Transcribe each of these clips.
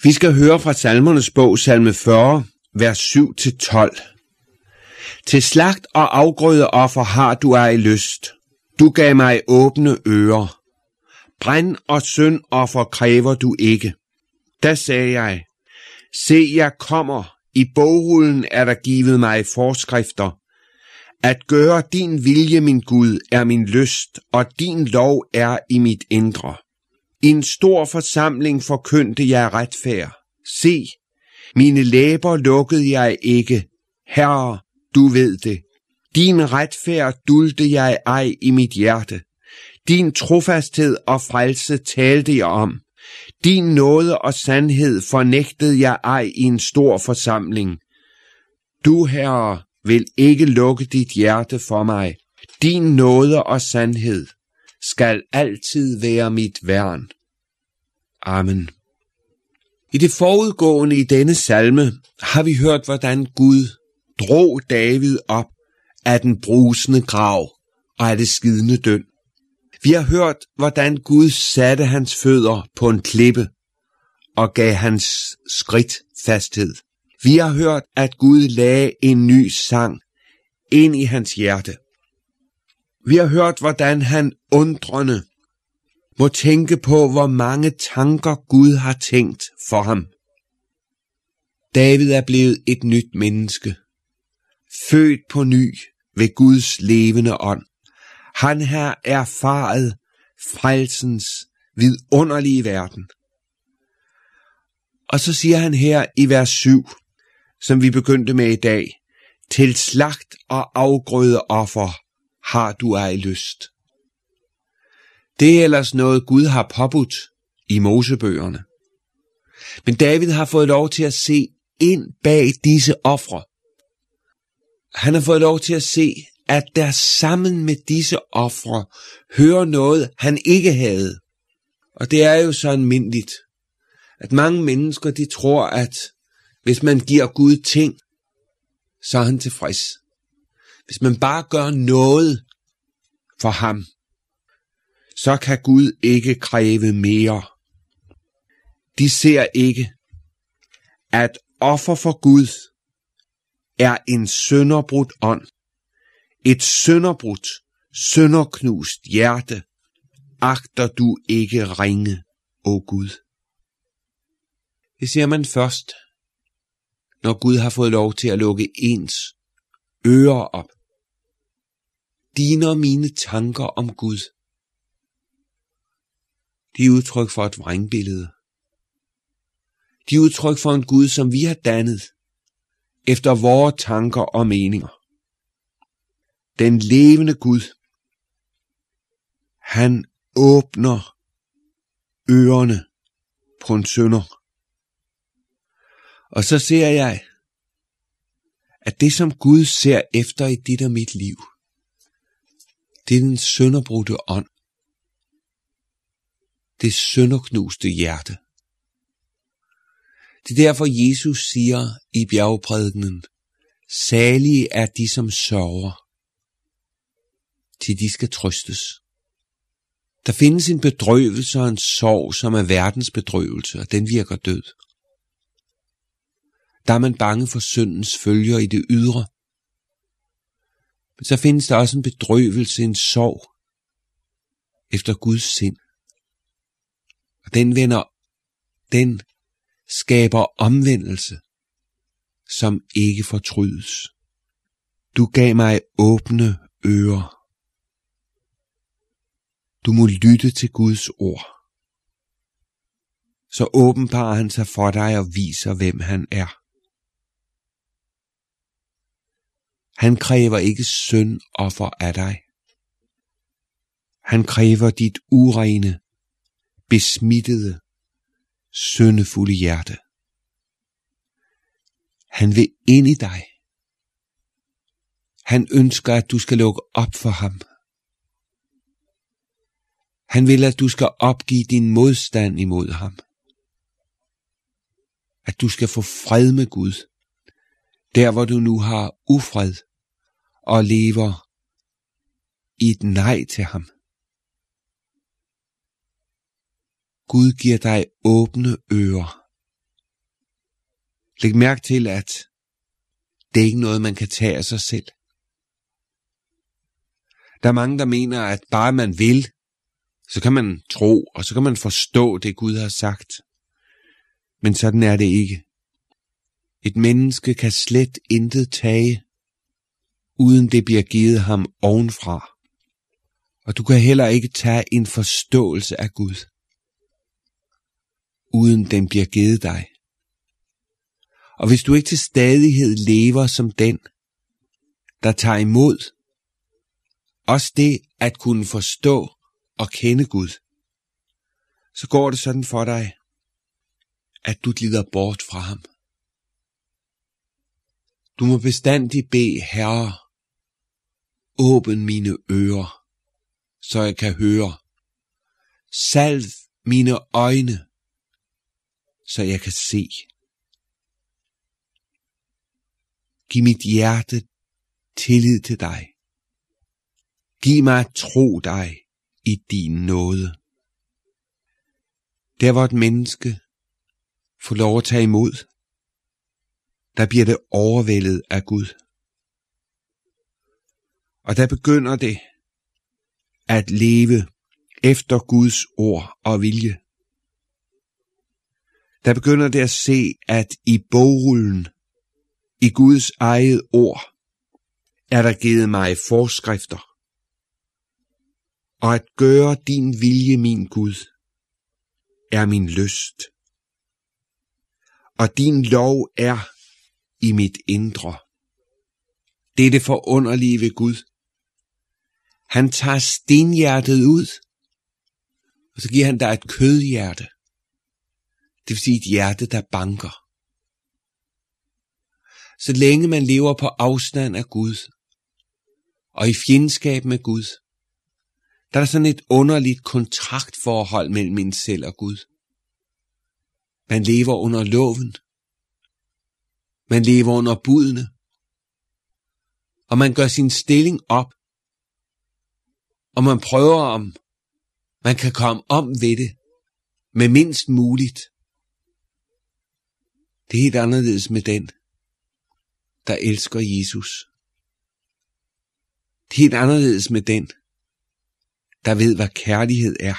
Vi skal høre fra Salmernes bog, salme 40, vers 7-12. Til slagt og afgrødeoffer har du ej lyst. Du gav mig åbne ører. Brænd og syndoffer kræver du ikke. Da sagde jeg, se, jeg kommer. I bogrullen er der givet mig forskrifter. At gøre din vilje, min Gud, er min lyst, og din lov er i mit indre. I en stor forsamling forkyndte jeg retfærd. Se, mine læber lukkede jeg ikke. Herre, du ved det. Din retfærd dulte jeg ej i mit hjerte. Din trofasthed og frelse talte jeg om. Din nåde og sandhed fornægtede jeg ej i en stor forsamling. Du, Herre, vil ikke lukke dit hjerte for mig. Din nåde og sandhed skal altid være mit værn. Amen. I det forudgående i denne salme har vi hørt, hvordan Gud drog David op af den brusende grav og af det skidende døn. Vi har hørt, hvordan Gud satte hans fødder på en klippe og gav hans skridt fasthed. Vi har hørt, at Gud lagde en ny sang ind i hans hjerte. Vi har hørt, hvordan han undrende må tænke på, hvor mange tanker Gud har tænkt for ham. David er blevet et nyt menneske, født på ny ved Guds levende ånd. Han har erfaret frelsens vidunderlige verden. Og så siger han her i vers 7, som vi begyndte med i dag, til slagt og afgrødeoffer har du ej lyst. Det er ellers noget Gud har påbudt i Mosebøgerne. Men David har fået lov til at se ind bag disse ofre. Han har fået lov til at se, at der sammen med disse ofre hører noget, han ikke havde. Og det er jo så almindeligt, at mange mennesker de tror, at hvis man giver Gud ting, så er han tilfreds. Hvis man bare gør noget for ham, så kan Gud ikke kræve mere. De ser ikke, at offer for Gud er en sønderbrudt ånd. Et sønderbrudt, sønderknust hjerte agter du ikke ringe, o Gud. Det siger man først, når Gud har fået lov til at lukke ens ører op. Dine og mine tanker om Gud, de er udtryk for et vrængbillede. De er udtryk for en Gud, som vi har dannet efter vores tanker og meninger. Den levende Gud, han åbner ørerne på en synder. Og så ser jeg, at det som Gud ser efter i dit og mit liv, det er den sønderbrudte ånd. Det sønderknuste hjerte. Det er derfor Jesus siger i bjergprædikenen, salige er de som sørger, til de skal trøstes. Der findes en bedrøvelse og en sorg, som er verdens bedrøvelse, og den virker død. Der er man bange for syndens følger i det ydre. Men så findes der også en bedrøvelse, en sorg efter Guds sind. Og den skaber omvendelse, som ikke fortrydes. Du gav mig åbne ører. Du må lytte til Guds ord. Så åbenbarer han sig for dig og viser, hvem han er. Han kræver ikke syndoffer af dig. Han kræver dit urene, besmittede, syndefulde hjerte. Han vil ind i dig. Han ønsker, at du skal lukke op for ham. Han vil, at du skal opgive din modstand imod ham. At du skal få fred med Gud, der hvor du nu har ufred og lever i et nej til ham. Gud giver dig åbne ører, Læg mærke til, at det er ikke noget, man kan tage af sig selv. Der er mange, der mener, at bare man vil, så kan man tro, og så kan man forstå det, Gud har sagt. Men sådan er det ikke. Et menneske kan slet intet tage, uden det bliver givet ham ovenfra. Og du kan heller ikke tage en forståelse af Gud, uden den bliver givet dig. Og hvis du ikke til stadighed lever som den, der tager imod, også det at kunne forstå og kende Gud, så går det sådan for dig, at du glider bort fra ham. Du må bestandig bede, Herre, åbn mine ører, så jeg kan høre. Salv mine øjne, så jeg kan se. Giv mit hjerte tillid til dig. Giv mig at tro dig i din nåde. Der hvor et menneske får lov at tage imod, der bliver det overvældet af Gud. Og der begynder det at leve efter Guds ord og vilje. Der begynder det at se, at i bogrullen, i Guds eget ord, er der givet mig forskrifter. Og at gøre din vilje, min Gud, er min lyst. Og din lov er i mit indre. Det er det forunderlige ved Gud. Han tager stenhjertet ud, og så giver han dig et kødhjerte. Det vil sige et hjerte, der banker. Så længe man lever på afstand af Gud, og i fjendskab med Gud, der er sådan et underligt kontraktforhold mellem en selv og Gud. Man lever under loven. Man lever under budene. Og man gør sin stilling op. Og man prøver om man kan komme om ved det med mindst muligt. Det er helt anderledes med den, der elsker Jesus. Det er helt anderledes med den, der ved, hvad kærlighed er.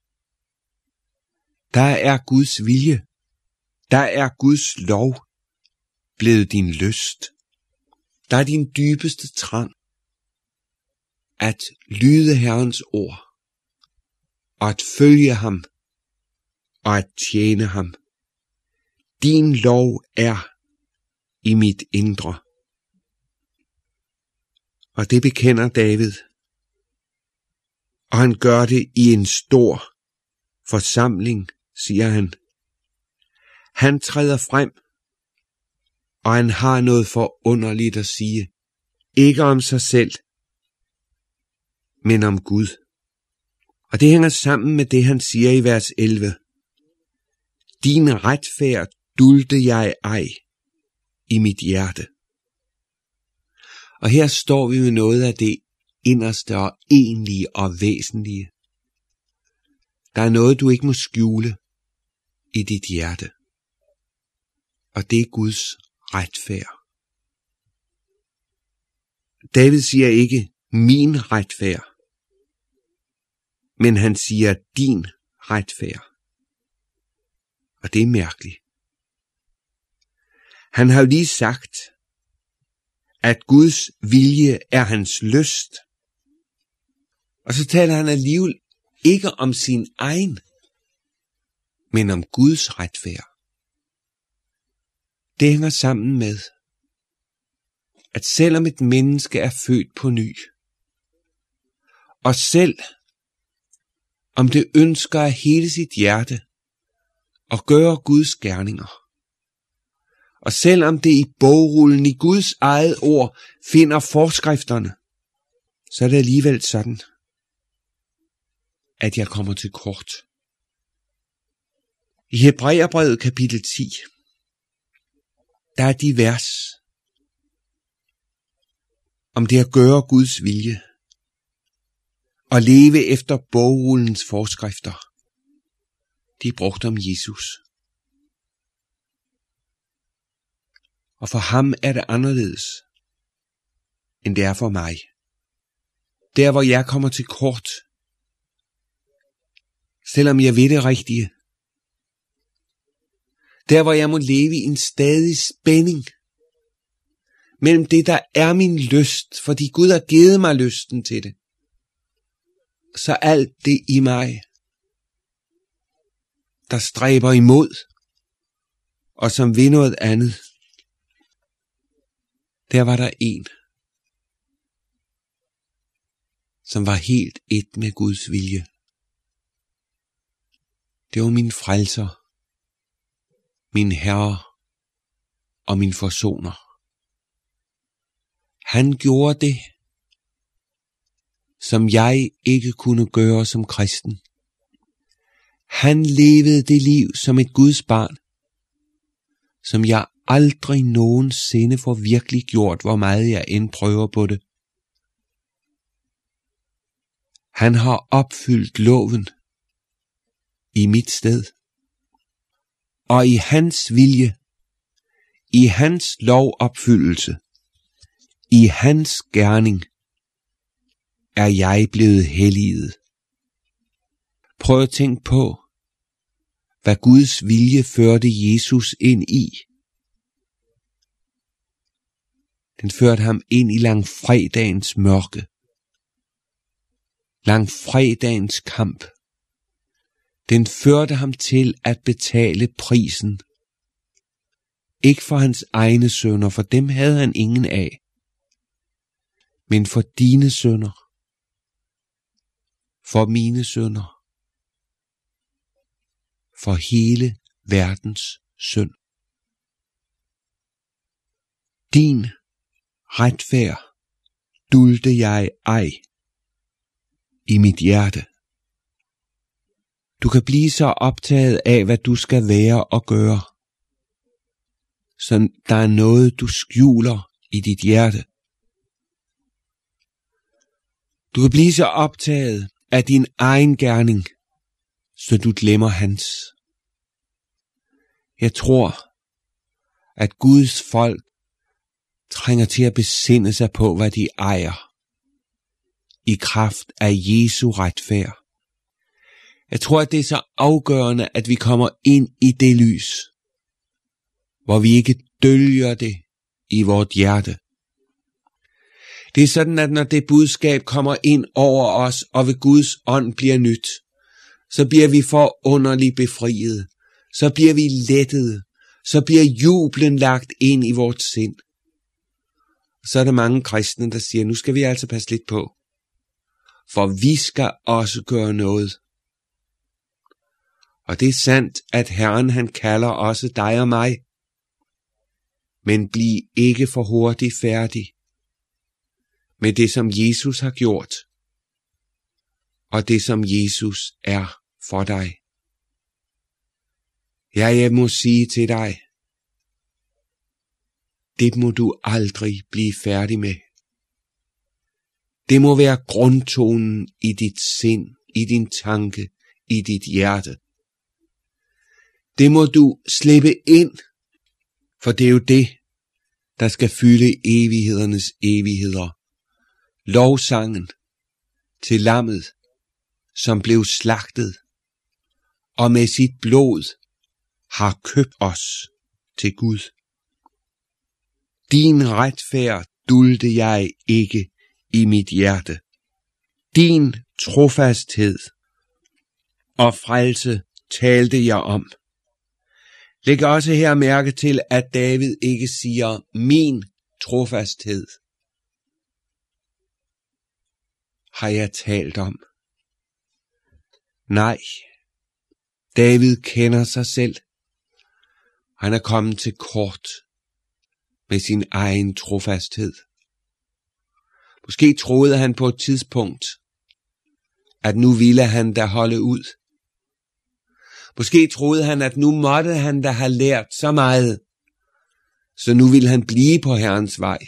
Der er Guds vilje. Der er Guds lov blevet din lyst. Der er din dybeste trang at lyde Herrens ord, og at følge ham, og at tjene ham. Din lov er i mit indre. Og det bekender David. Og han gør det i en stor forsamling, siger han. Han træder frem, og han har noget forunderligt at sige. Ikke om sig selv, men om Gud. Og det hænger sammen med det, han siger i vers 11. Din retfærd dulte jeg ej i mit hjerte. Og her står vi med noget af det inderste og egentlige og væsentlige. Der er noget, du ikke må skjule i dit hjerte. Og det er Guds retfærd. David siger ikke min retfærd, men han siger din retfærd. Og det er mærkeligt. Han har jo lige sagt, at Guds vilje er hans lyst. Og så taler han alligevel ikke om sin egen, men om Guds retfærd. Det hænger sammen med, at selvom et menneske er født på ny, og selv om det ønsker af hele sit hjerte at gøre Guds gerninger, og selvom det i bogrullen i Guds eget ord finder forskrifterne, så er det alligevel sådan, at jeg kommer til kort. I Hebræerbrevet kapitel 10, der er de vers om det at gøre Guds vilje og leve efter bogrullens forskrifter. De er brugt om Jesus. Og for ham er det anderledes, end det er for mig. Der hvor jeg kommer til kort, selvom jeg ved det rigtige. Der hvor jeg må leve i en stadig spænding mellem det der er min lyst, fordi Gud har givet mig lysten til det. Så alt det i mig, der stræber imod, og som vil noget andet. Der var der en, som var helt et med Guds vilje. Det var min frelser, min herre og min forsoner. Han gjorde det, som jeg ikke kunne gøre som kristen. Han levede det liv som et Guds barn, som jeg aldrig nogensinde får virkelig gjort, hvor meget jeg end prøver på det. Han har opfyldt loven i mit sted, og i hans vilje, i hans lovopfyldelse, i hans gerning, er jeg blevet helliget. Prøv at tænke på, hvad Guds vilje førte Jesus ind i. Den førte ham ind i langfredagens mørke. Langfredagens kamp. Den førte ham til at betale prisen. Ikke for hans egne synder, for dem havde han ingen af. Men for dine synder. For mine synder. For hele verdens synd. Din retfærd dulgte jeg ej i mit hjerte. Du kan blive så optaget af, hvad du skal være og gøre, så der er noget, du skjuler i dit hjerte. Du kan blive så optaget af din egen gerning, så du glemmer hans. Jeg tror, at Guds folk trænger til at besinde sig på, hvad de ejer, i kraft af Jesu retfærd. Jeg tror, at det er så afgørende, at vi kommer ind i det lys, hvor vi ikke dølger det i vort hjerte. Det er sådan, at når det budskab kommer ind over os, og ved Guds ånd bliver nyt, så bliver vi forunderligt befriet, så bliver vi lettet, så bliver jublen lagt ind i vort sind. Så er der mange kristne, der siger, nu skal vi altså passe lidt på, for vi skal også gøre noget. Og det er sandt, at Herren han kalder også dig og mig, men bliv ikke for hurtigt færdig med det, som Jesus har gjort, og det, som Jesus er for dig. Ja, jeg må sige til dig, det må du aldrig blive færdig med. Det må være grundtonen i dit sind, i din tanke, i dit hjerte. Det må du slippe ind, for det er jo det, der skal fylde evighedernes evigheder. Lovsangen til lammet, som blev slagtet, og med sit blod har købt os til Gud. Din retfærd dulgte jeg ikke i mit hjerte. Din trofasthed og frelse talte jeg om. Læg også her mærke til, at David ikke siger min trofasthed. Har jeg talt om? Nej, David kender sig selv. Han er kommet til kort med sin egen trofasthed. Måske troede han på et tidspunkt, at nu ville han da holde ud. Måske troede han, at nu måtte han da have lært så meget, så nu ville han blive på Herrens vej.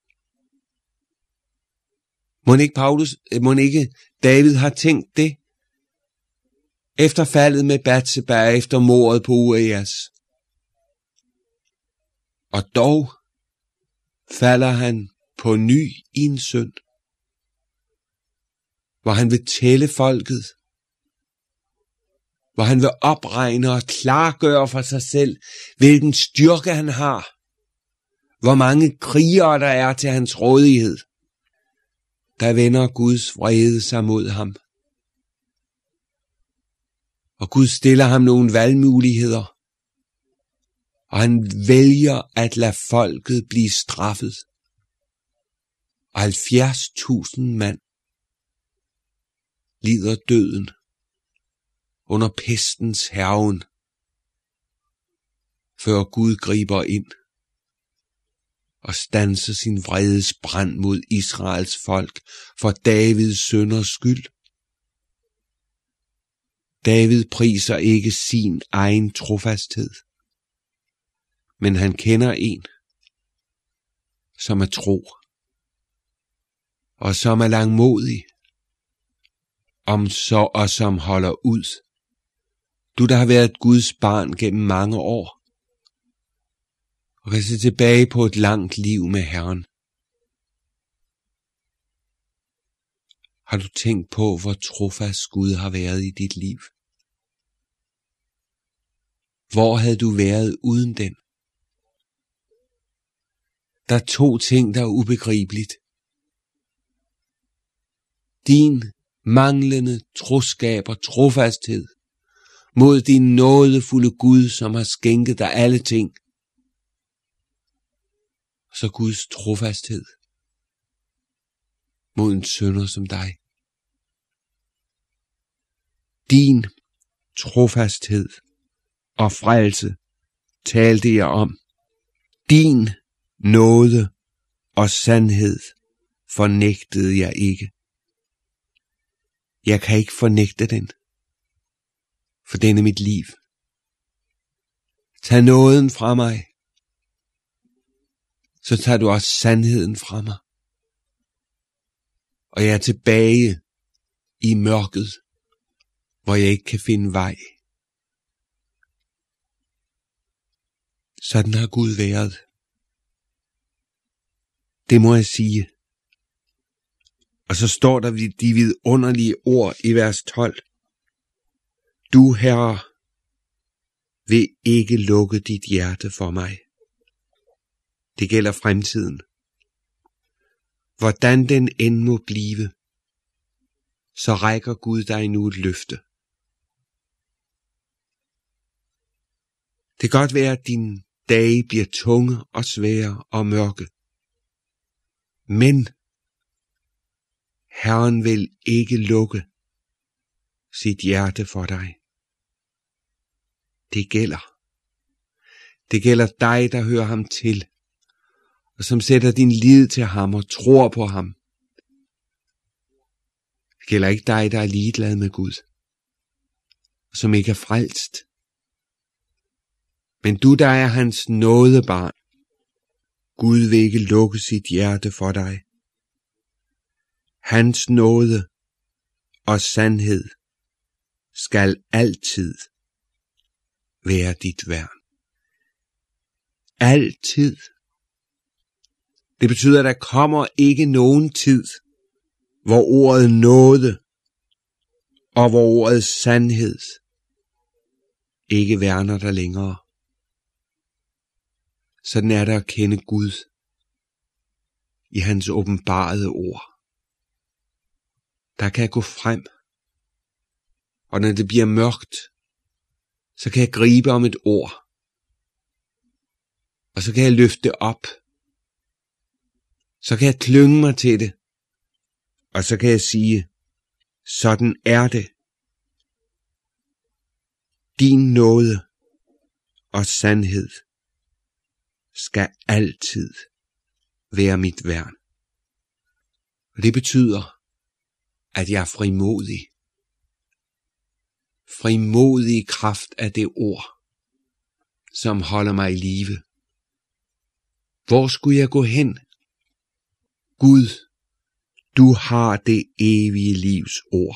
Må ikke David har tænkt det? Efter faldet med Batseba, efter mordet på Urias. Og dog falder han på ny i en synd, hvor han vil tælle folket, hvor han vil opregne og klargøre for sig selv, hvilken styrke han har, hvor mange krigere der er til hans rådighed. Der vender Guds vrede sig mod ham. Og Gud stiller ham nogle valgmuligheder, og han vælger at lade folket blive straffet. Og 70.000 mand lider døden under pestens hærgen, før Gud griber ind og standser sin vredes brand mod Israels folk for Davids sønners skyld. David priser ikke sin egen trofasthed, men han kender en, som er tro, og som er langmodig, og som holder ud. Du, der har været Guds barn gennem mange år, og kan se tilbage på et langt liv med Herren. Har du tænkt på, hvor trofast Gud har været i dit liv? Hvor havde du været uden den? Der er 2 ting, der er ubegribeligt. Din manglende troskab og trofasthed mod din nådefulde Gud, som har skænket dig alle ting. Og så Guds trofasthed mod en synder som dig. Din trofasthed og frelse talte jeg om. Din nåde og sandhed fornægtede jeg ikke. Jeg kan ikke fornægte den, for den er mit liv. Tag nåden fra mig, så tager du også sandheden fra mig. Og jeg er tilbage i mørket, hvor jeg ikke kan finde vej. Sådan har Gud været. Det må jeg sige. Og så står der de vidunderlige ord i vers 12. Du, Herre, vil ikke lukke dit hjerte for mig. Det gælder fremtiden. Hvordan den end må blive, så rækker Gud dig nu et løfte. Det kan godt være, at dine dage bliver tunge og svære og mørke. Men Herren vil ikke lukke sit hjerte for dig. Det gælder. Det gælder dig, der hører ham til, og som sætter din lid til ham og tror på ham. Det gælder ikke dig, der er ligeglad med Gud, og som ikke er frelst. Men du, der er hans nådebarn, Gud vil ikke lukke sit hjerte for dig. Hans nåde og sandhed skal altid være dit værn. Altid. Det betyder, at der kommer ikke nogen tid, hvor ordet nåde og hvor ordet sandhed ikke værner dig længere. Sådan er det at kende Gud i hans åbenbarede ord. Der kan jeg gå frem, og når det bliver mørkt, så kan jeg gribe om et ord, og så kan jeg løfte op, så kan jeg klynge mig til det, og så kan jeg sige, sådan er det. Din nåde og sandhed skal altid være mit værn. Og det betyder, at jeg er frimodig. Frimodig i kraft af det ord, som holder mig i live. Hvor skulle jeg gå hen? Gud, du har det evige livs ord,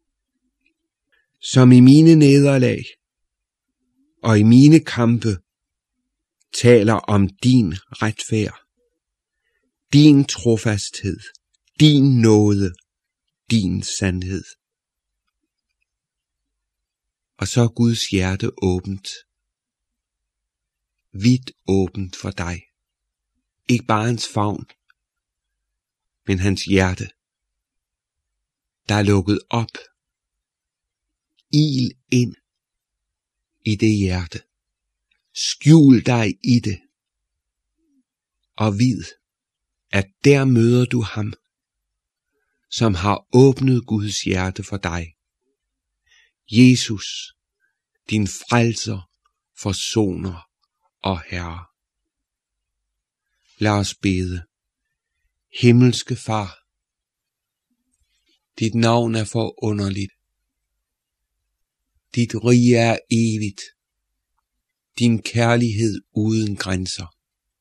som i mine nederlag og i mine kampe taler om din retfærd. din trofasthed, din nåde, din sandhed. Og så er Guds hjerte åbent. Vidt åbent for dig. Ikke bare hans favn, men hans hjerte. Der er lukket op. Il ind i det hjerte. Skjul dig i det. Og vid, at der møder du ham, som har åbnet Guds hjerte for dig. Jesus, din frelser, forsoner og herre. Lad os bede. Himmelske Far, dit navn er forunderligt. Dit rige er evigt. Din kærlighed uden grænser.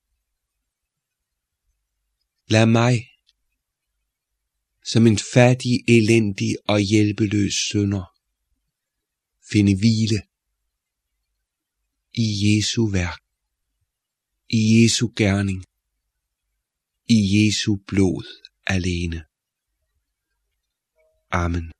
Lad mig, som en fattig, elendig og hjælpeløs synder, finde hvile i Jesu værk, i Jesu gerning, i Jesu blod alene. Amen.